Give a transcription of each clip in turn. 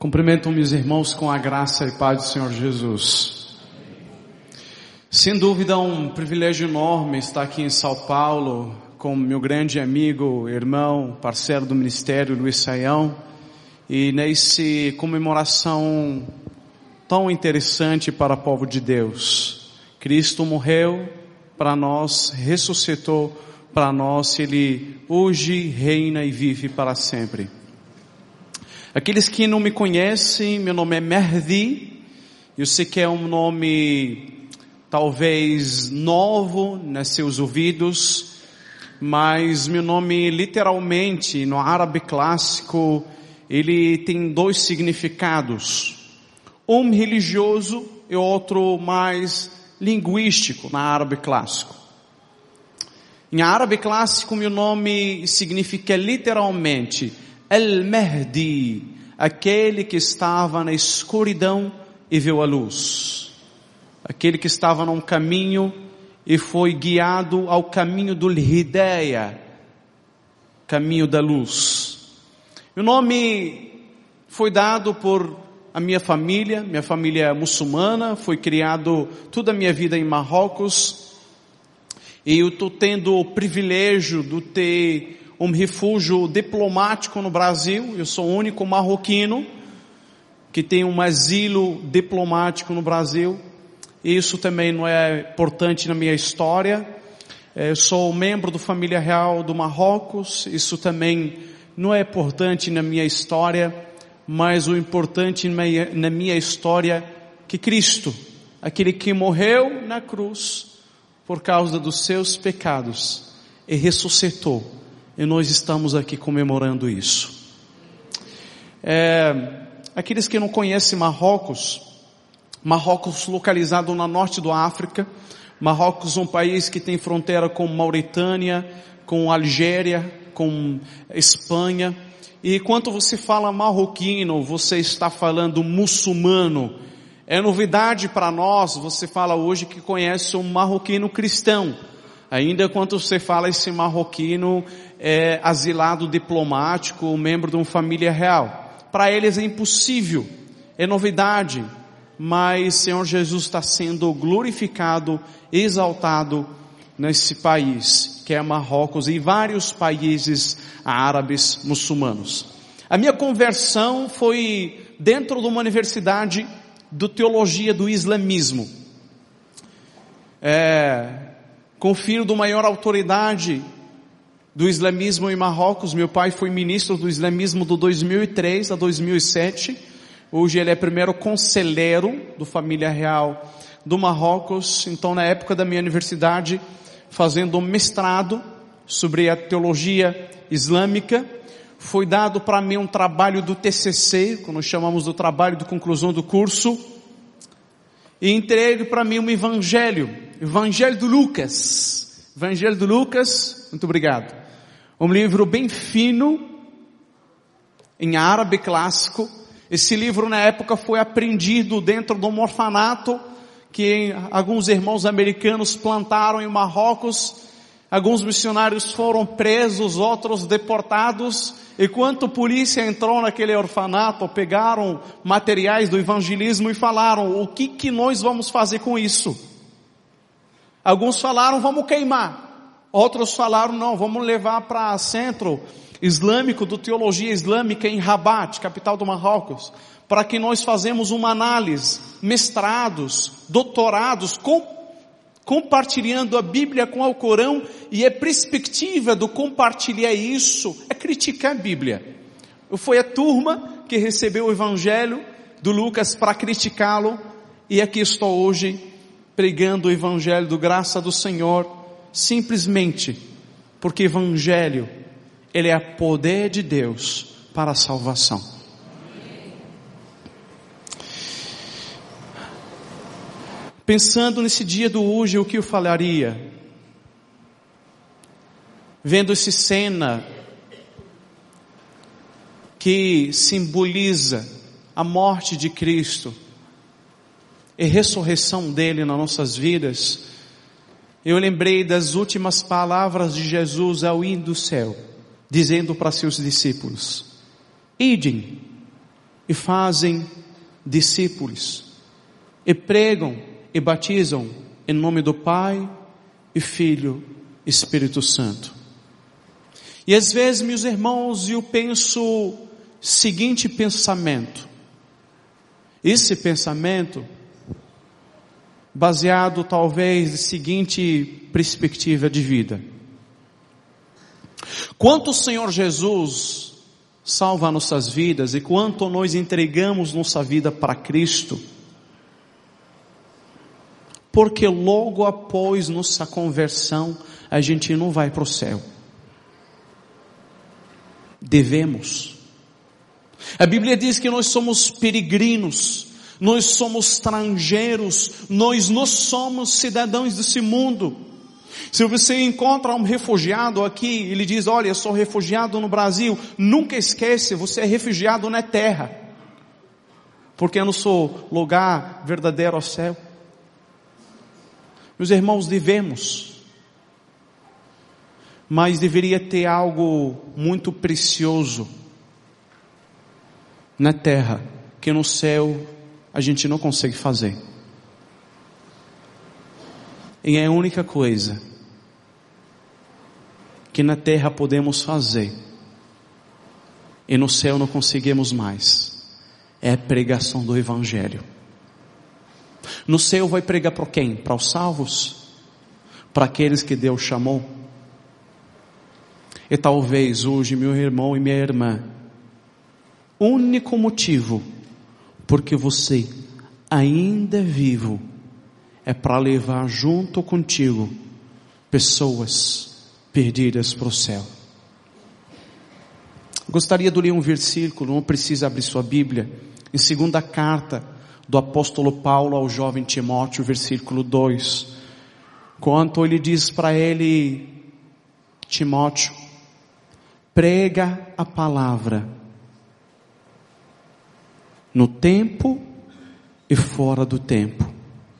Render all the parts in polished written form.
Cumprimento meus irmãos com a graça e paz do Senhor Jesus. Sem dúvida é um privilégio enorme estar aqui em São Paulo com meu grande amigo, irmão, parceiro do ministério, Luiz Saião, e nessa comemoração tão interessante para o povo de Deus. Cristo morreu para nós, ressuscitou para nós, Ele hoje reina e vive para sempre. Aqueles que não me conhecem, meu nome é Mehdi. Eu sei que é um nome talvez novo nos seus ouvidos, mas meu nome literalmente no árabe clássico, ele tem dois significados. Um religioso e outro mais linguístico na árabe clássico. Em árabe clássico, meu nome significa literalmente Al-Mahdi, aquele que estava na escuridão e viu a luz. Aquele que estava num caminho e foi guiado ao caminho do Hidayah, caminho da luz. O nome foi dado por a minha família é muçulmana, fui criado toda a minha vida em Marrocos, e eu estou tendo o privilégio de ter um refúgio diplomático no Brasil. Eu sou o único marroquino que tem um asilo diplomático no Brasil. Isso também não é importante na minha história. Eu sou membro da família real do Marrocos. Isso também não é importante na minha história, mas o importante na minha história é que Cristo, aquele que morreu na cruz por causa dos seus pecados e ressuscitou. E nós estamos aqui comemorando isso. Aqueles que não conhecem Marrocos localizado no norte da África. Marrocos é um país que tem fronteira com Mauritânia, com Algéria, com Espanha. E quando você fala marroquino, você está falando muçulmano. É novidade para nós, você fala hoje que conhece um marroquino cristão. Ainda quando você fala esse marroquino é asilado diplomático, membro de uma família real. Para eles é impossível, é novidade, mas Senhor Jesus está sendo glorificado, exaltado nesse país, que é Marrocos, e vários países árabes muçulmanos. A minha conversão foi dentro de uma universidade de teologia do islamismo. Com o filho da maior autoridade do islamismo em Marrocos. Meu pai foi ministro do islamismo de 2003 a 2007. Hoje ele é primeiro conselheiro da família real do Marrocos. Então, na época da minha universidade, fazendo um mestrado sobre a teologia islâmica, foi dado para mim um trabalho do TCC, que nós chamamos do trabalho de conclusão do curso, e entregue para mim um Evangelho de Lucas. Evangelho de Lucas, muito obrigado. Um livro bem fino, em árabe clássico. Esse livro na época foi apreendido dentro de um orfanato que alguns irmãos americanos plantaram em Marrocos. Alguns missionários foram presos, outros deportados. E quando a polícia entrou naquele orfanato, pegaram materiais do evangelismo e falaram: o que nós vamos fazer com isso? Alguns falaram: vamos queimar. Outros falaram: não, vamos levar para centro islâmico de teologia islâmica em Rabat, capital do Marrocos, para que nós fazemos uma análise, mestrados, doutorados, compartilhando a Bíblia com o Corão. E a perspectiva do compartilhar isso é criticar a Bíblia. Foi a turma que recebeu o Evangelho do Lucas para criticá-lo, e aqui estou hoje pregando o Evangelho do graça do Senhor, simplesmente porque o Evangelho, ele é o poder de Deus para a salvação. Pensando nesse dia do hoje, o que eu falaria? Vendo essa cena que simboliza a morte de Cristo e a ressurreição dele nas nossas vidas, eu lembrei das últimas palavras de Jesus ao ir do céu, dizendo para seus discípulos: idem e fazem discípulos, e pregam e batizam em nome do Pai e Filho e Espírito Santo. E às vezes, meus irmãos, eu penso seguinte pensamento. Esse pensamento, baseado talvez na seguinte perspectiva de vida. Quanto o Senhor Jesus salva nossas vidas e quanto nós entregamos nossa vida para Cristo, porque logo após nossa conversão, a gente não vai para o céu. Devemos. A Bíblia diz que nós somos peregrinos, nós somos estrangeiros, nós não somos cidadãos desse mundo. Se você encontra um refugiado aqui, ele diz, olha, eu sou refugiado no Brasil, nunca esquece, você é refugiado na terra, porque é no seu lugar verdadeiro ao céu. Meus irmãos, devemos, mas deveria ter algo muito precioso na terra, que no céu a gente não consegue fazer. E é a única coisa que na terra podemos fazer e no céu não conseguimos mais, é a pregação do Evangelho. No céu vai pregar para quem? Para os salvos? Para aqueles que Deus chamou? E talvez hoje, meu irmão e minha irmã, o único motivo porque você ainda é vivo é para levar junto contigo pessoas perdidas para o céu. Gostaria de ler um versículo, não precisa abrir sua Bíblia, em segunda carta do apóstolo Paulo ao jovem Timóteo, versículo 2, quando ele diz para ele, Timóteo, prega a palavra no tempo e fora do tempo.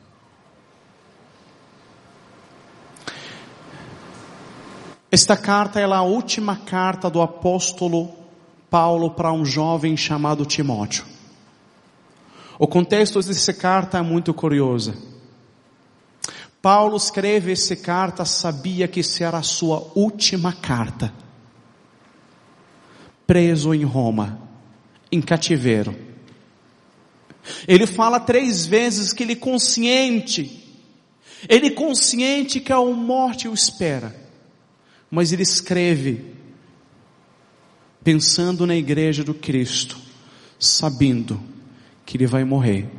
Esta carta é a última carta do apóstolo Paulo para um jovem chamado Timóteo. O contexto dessa carta é muito curioso. Paulo escreve essa carta, sabia que será a sua última carta. Preso em Roma, em cativeiro. Ele fala 3 vezes que ele é consciente que a morte o espera. Mas ele escreve pensando na igreja do Cristo, sabendo que ele vai morrer,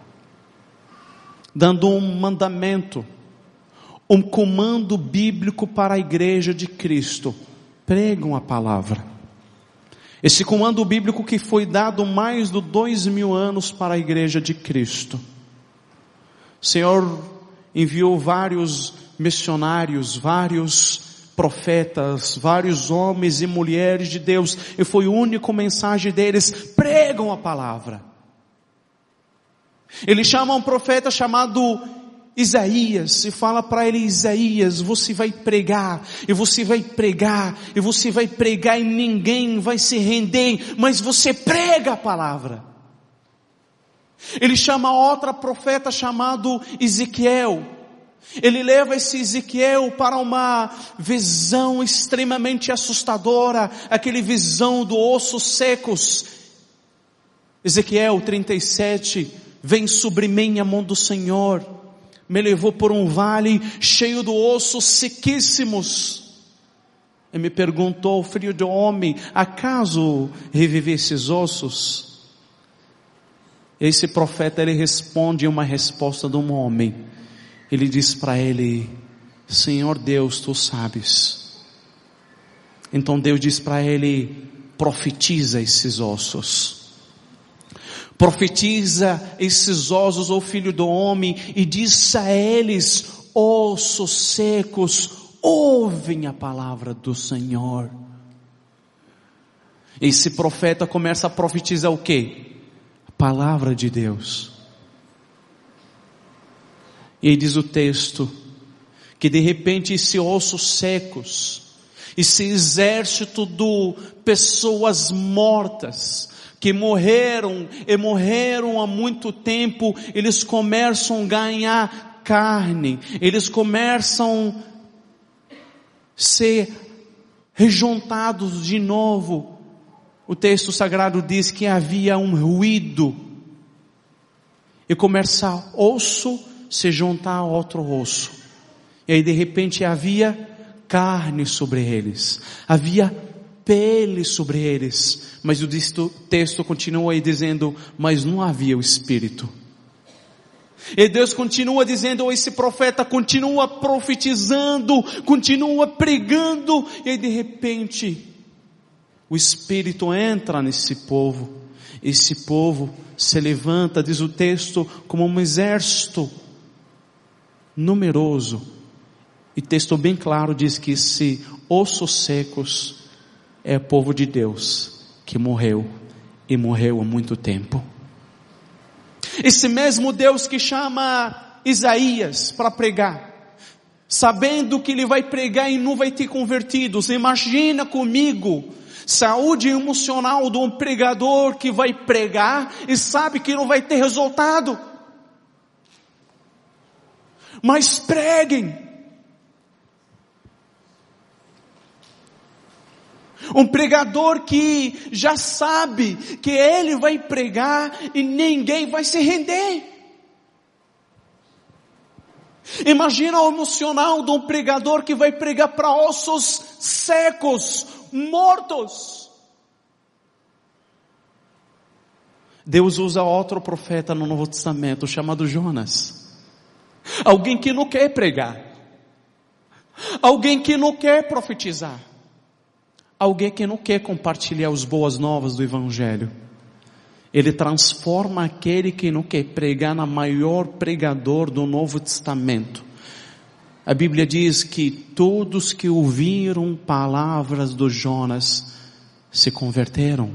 dando um mandamento, um comando bíblico para a igreja de Cristo: pregam a palavra. Esse comando bíblico que foi dado mais de 2000 anos para a igreja de Cristo. O Senhor enviou vários missionários, vários profetas, vários homens e mulheres de Deus, e foi a única mensagem deles: pregam a palavra. Ele chama um profeta chamado Isaías e fala para ele: Isaías, você vai pregar, e você vai pregar, e você vai pregar, e ninguém vai se render, mas você prega a palavra. Ele chama outra profeta chamado Ezequiel. Ele leva esse Ezequiel para uma visão extremamente assustadora, aquela visão do ossos secos. Ezequiel 37, vem sobre mim a mão do Senhor, me levou por um vale cheio de ossos sequíssimos, e me perguntou: filho de homem, acaso reviver esses ossos? Esse profeta, ele responde uma resposta de um homem. Ele diz para ele: Senhor Deus, tu sabes. Então Deus diz para ele: profetiza esses ossos. Profetiza esses ossos, ó filho do homem, e diz a eles: ossos secos, ouvem a palavra do Senhor. Esse profeta começa a profetizar o quê? A palavra de Deus. E aí diz o texto, que de repente esses ossos secos, Esse exército de pessoas mortas, que morreram e morreram há muito tempo, eles começam a ganhar carne, eles começam a ser rejuntados de novo. O texto sagrado diz que havia um ruído, e começa osso se juntar a outro osso, e aí de repente havia carne sobre eles, havia pele sobre eles, mas o texto continua aí dizendo, mas não havia o Espírito. E Deus continua dizendo, esse profeta continua profetizando, continua pregando, e aí de repente, o Espírito entra nesse povo, esse povo se levanta, diz o texto, como um exército numeroso, e texto bem claro diz que esse ossos secos é o povo de Deus, que morreu, e morreu há muito tempo. Esse mesmo Deus que chama Isaías para pregar, sabendo que ele vai pregar e não vai ter convertidos. Imagina comigo, saúde emocional de um pregador que vai pregar e sabe que não vai ter resultado. Mas preguem. Um pregador que já sabe que ele vai pregar e ninguém vai se render. Imagina o emocional de um pregador que vai pregar para ossos secos, mortos. Deus usa outro profeta no Novo Testamento chamado Jonas. Alguém que não quer pregar. Alguém que não quer profetizar. Alguém que não quer compartilhar as boas novas do Evangelho. Ele transforma aquele que não quer pregar na maior pregador do Novo Testamento. A Bíblia diz que todos que ouviram palavras do Jonas se converteram.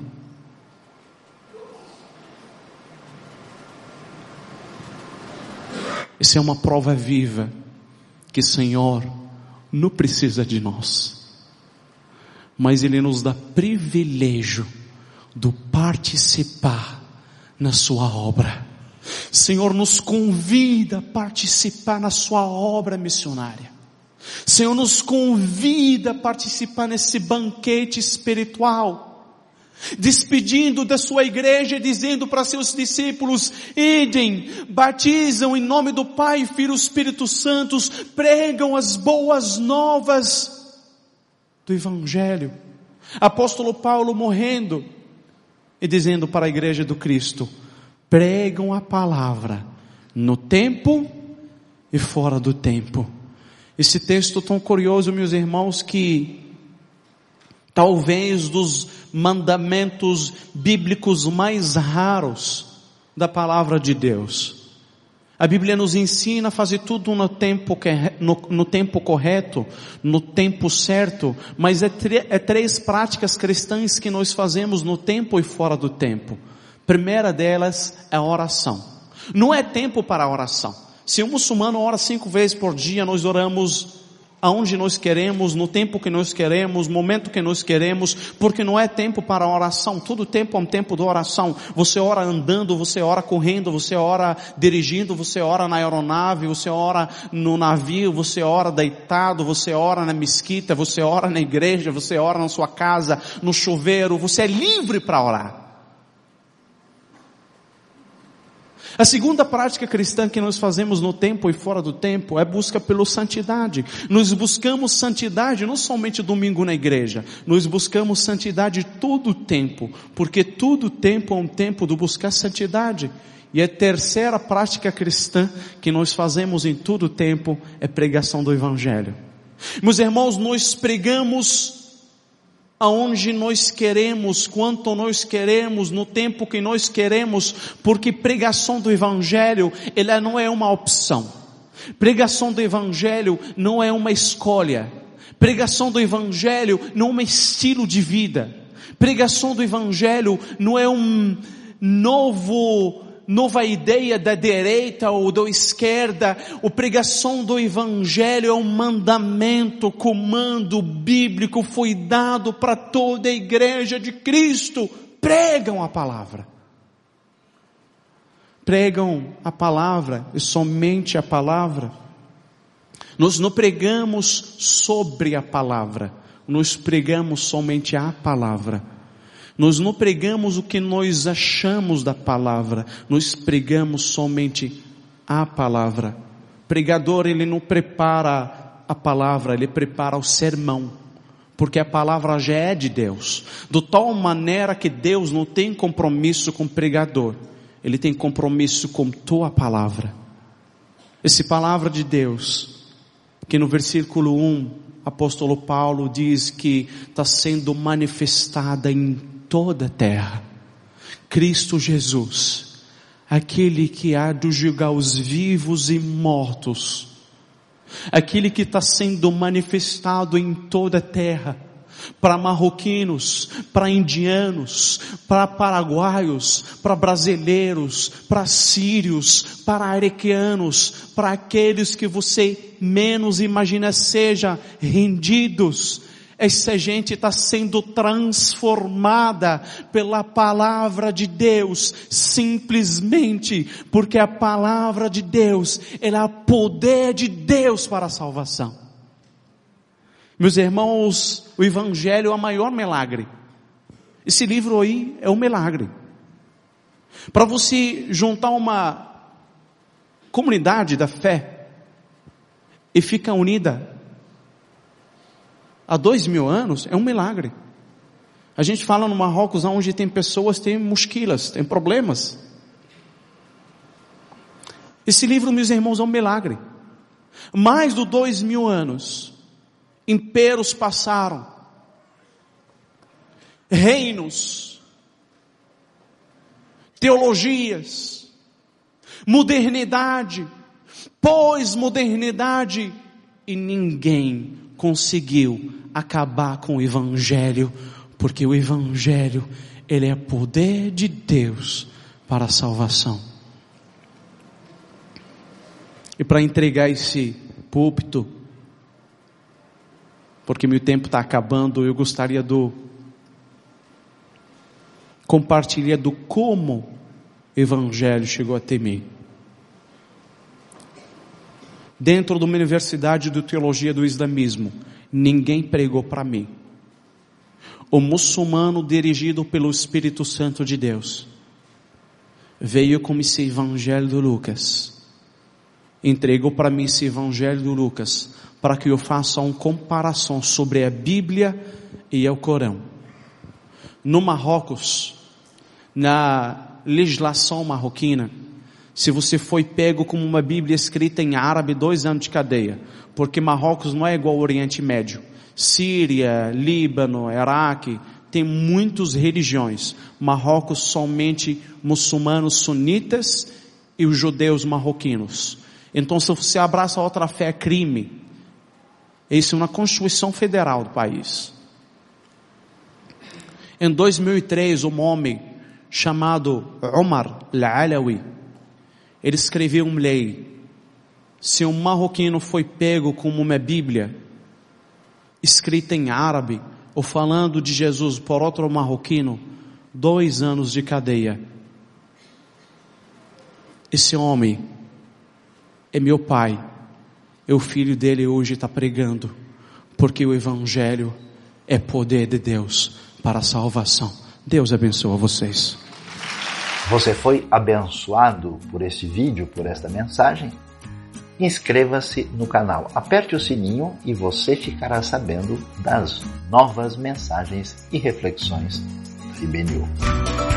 Isso é uma prova viva que o Senhor não precisa de nós. Mas Ele nos dá privilégio de participar na sua obra. O Senhor nos convida a participar na sua obra missionária. O Senhor nos convida a participar nesse banquete espiritual. Despedindo da sua igreja, dizendo para seus discípulos, idem, batizam em nome do Pai, Filho e Espírito Santos, pregam as boas novas do Evangelho. Apóstolo Paulo morrendo e dizendo para a igreja do Cristo, pregam a palavra no tempo e fora do tempo. Esse texto tão curioso, meus irmãos, que talvez dos mandamentos bíblicos mais raros da palavra de Deus. A Bíblia nos ensina a fazer tudo no tempo correto, no tempo certo, mas é três práticas cristãs que nós fazemos no tempo e fora do tempo. Primeira delas é a oração. Não é tempo para a oração. Se um muçulmano ora 5 vezes por dia, nós oramos aonde nós queremos, no tempo que nós queremos, no momento que nós queremos, porque não é tempo para oração. Todo tempo é um tempo de oração. Você ora andando, você ora correndo, você ora dirigindo, você ora na aeronave, você ora no navio, você ora deitado, você ora na mesquita, você ora na igreja, você ora na sua casa, no chuveiro, você é livre para orar. A segunda prática cristã que nós fazemos no tempo e fora do tempo é a busca pela santidade. Nós buscamos santidade não somente domingo na igreja, nós buscamos santidade todo o tempo, porque todo tempo é um tempo de buscar santidade. E a terceira prática cristã que nós fazemos em todo o tempo é pregação do Evangelho. Meus irmãos, nós pregamos aonde nós queremos, quanto nós queremos, no tempo que nós queremos, porque pregação do Evangelho, ela não é uma opção. Pregação do Evangelho não é uma escolha. Pregação do Evangelho não é um estilo de vida. Pregação do Evangelho não é um novo nova ideia da direita ou da esquerda. A pregação do Evangelho é um mandamento, comando bíblico, foi dado para toda a igreja de Cristo. Pregam a palavra. Pregam a palavra e somente a palavra. Nós não pregamos sobre a palavra, nós pregamos somente a palavra. Nós não pregamos o que nós achamos da palavra, nós pregamos somente a palavra. O pregador, ele não prepara a palavra, ele prepara o sermão, porque a palavra já é de Deus. De tal maneira que Deus não tem compromisso com o pregador, ele tem compromisso com tua palavra. Essa palavra de Deus, que no versículo 1, apóstolo Paulo diz que está sendo manifestada em toda a terra. Cristo Jesus, aquele que há de julgar os vivos e mortos, aquele que está sendo manifestado em toda a terra, para marroquinos, para indianos, para paraguaios, para brasileiros, para sírios, para arequianos, para aqueles que você menos imagina sejam rendidos. Essa gente está sendo transformada pela palavra de Deus, simplesmente porque a palavra de Deus, ela é o poder de Deus para a salvação. Meus irmãos, o Evangelho é o maior milagre. Esse livro aí é um milagre. Para você juntar uma comunidade da fé e ficar unida há 2000 anos, é um milagre. A gente fala no Marrocos, onde tem pessoas, tem musquilas, tem problemas. Esse livro, meus irmãos, é um milagre. Mais de 2000 anos, impérios passaram, reinos, teologias, modernidade, pós-modernidade, e ninguém conseguiu acabar com o Evangelho, porque o Evangelho, ele é poder de Deus para a salvação. E para entregar esse púlpito, porque meu tempo está acabando, eu gostaria de compartilhar do como o Evangelho chegou até mim. Dentro de uma universidade de teologia do islamismo, ninguém pregou para mim. O muçulmano dirigido pelo Espírito Santo de Deus veio com esse Evangelho de Lucas, entregou para mim esse Evangelho de Lucas, para que eu faça uma comparação sobre a Bíblia e o Corão. No Marrocos, na legislação marroquina, se você foi pego com uma Bíblia escrita em árabe, 2 anos de cadeia, porque Marrocos não é igual ao Oriente Médio. Síria, Líbano, Iraque, tem muitas religiões. Marrocos somente muçulmanos sunitas e os judeus marroquinos. Então, se você abraça outra fé, é crime. Isso é uma Constituição Federal do país. Em 2003, um homem chamado Omar Al-Alawi, ele escreveu uma lei. Se um marroquino foi pego com uma Bíblia escrita em árabe ou falando de Jesus por outro marroquino, 2 anos de cadeia. Esse homem é meu pai. E o filho dele hoje está pregando, porque o Evangelho é poder de Deus para a salvação. Deus abençoe vocês. Você foi abençoado por esse vídeo, por esta mensagem? Inscreva-se no canal, aperte o sininho e você ficará sabendo das novas mensagens e reflexões do IBNU.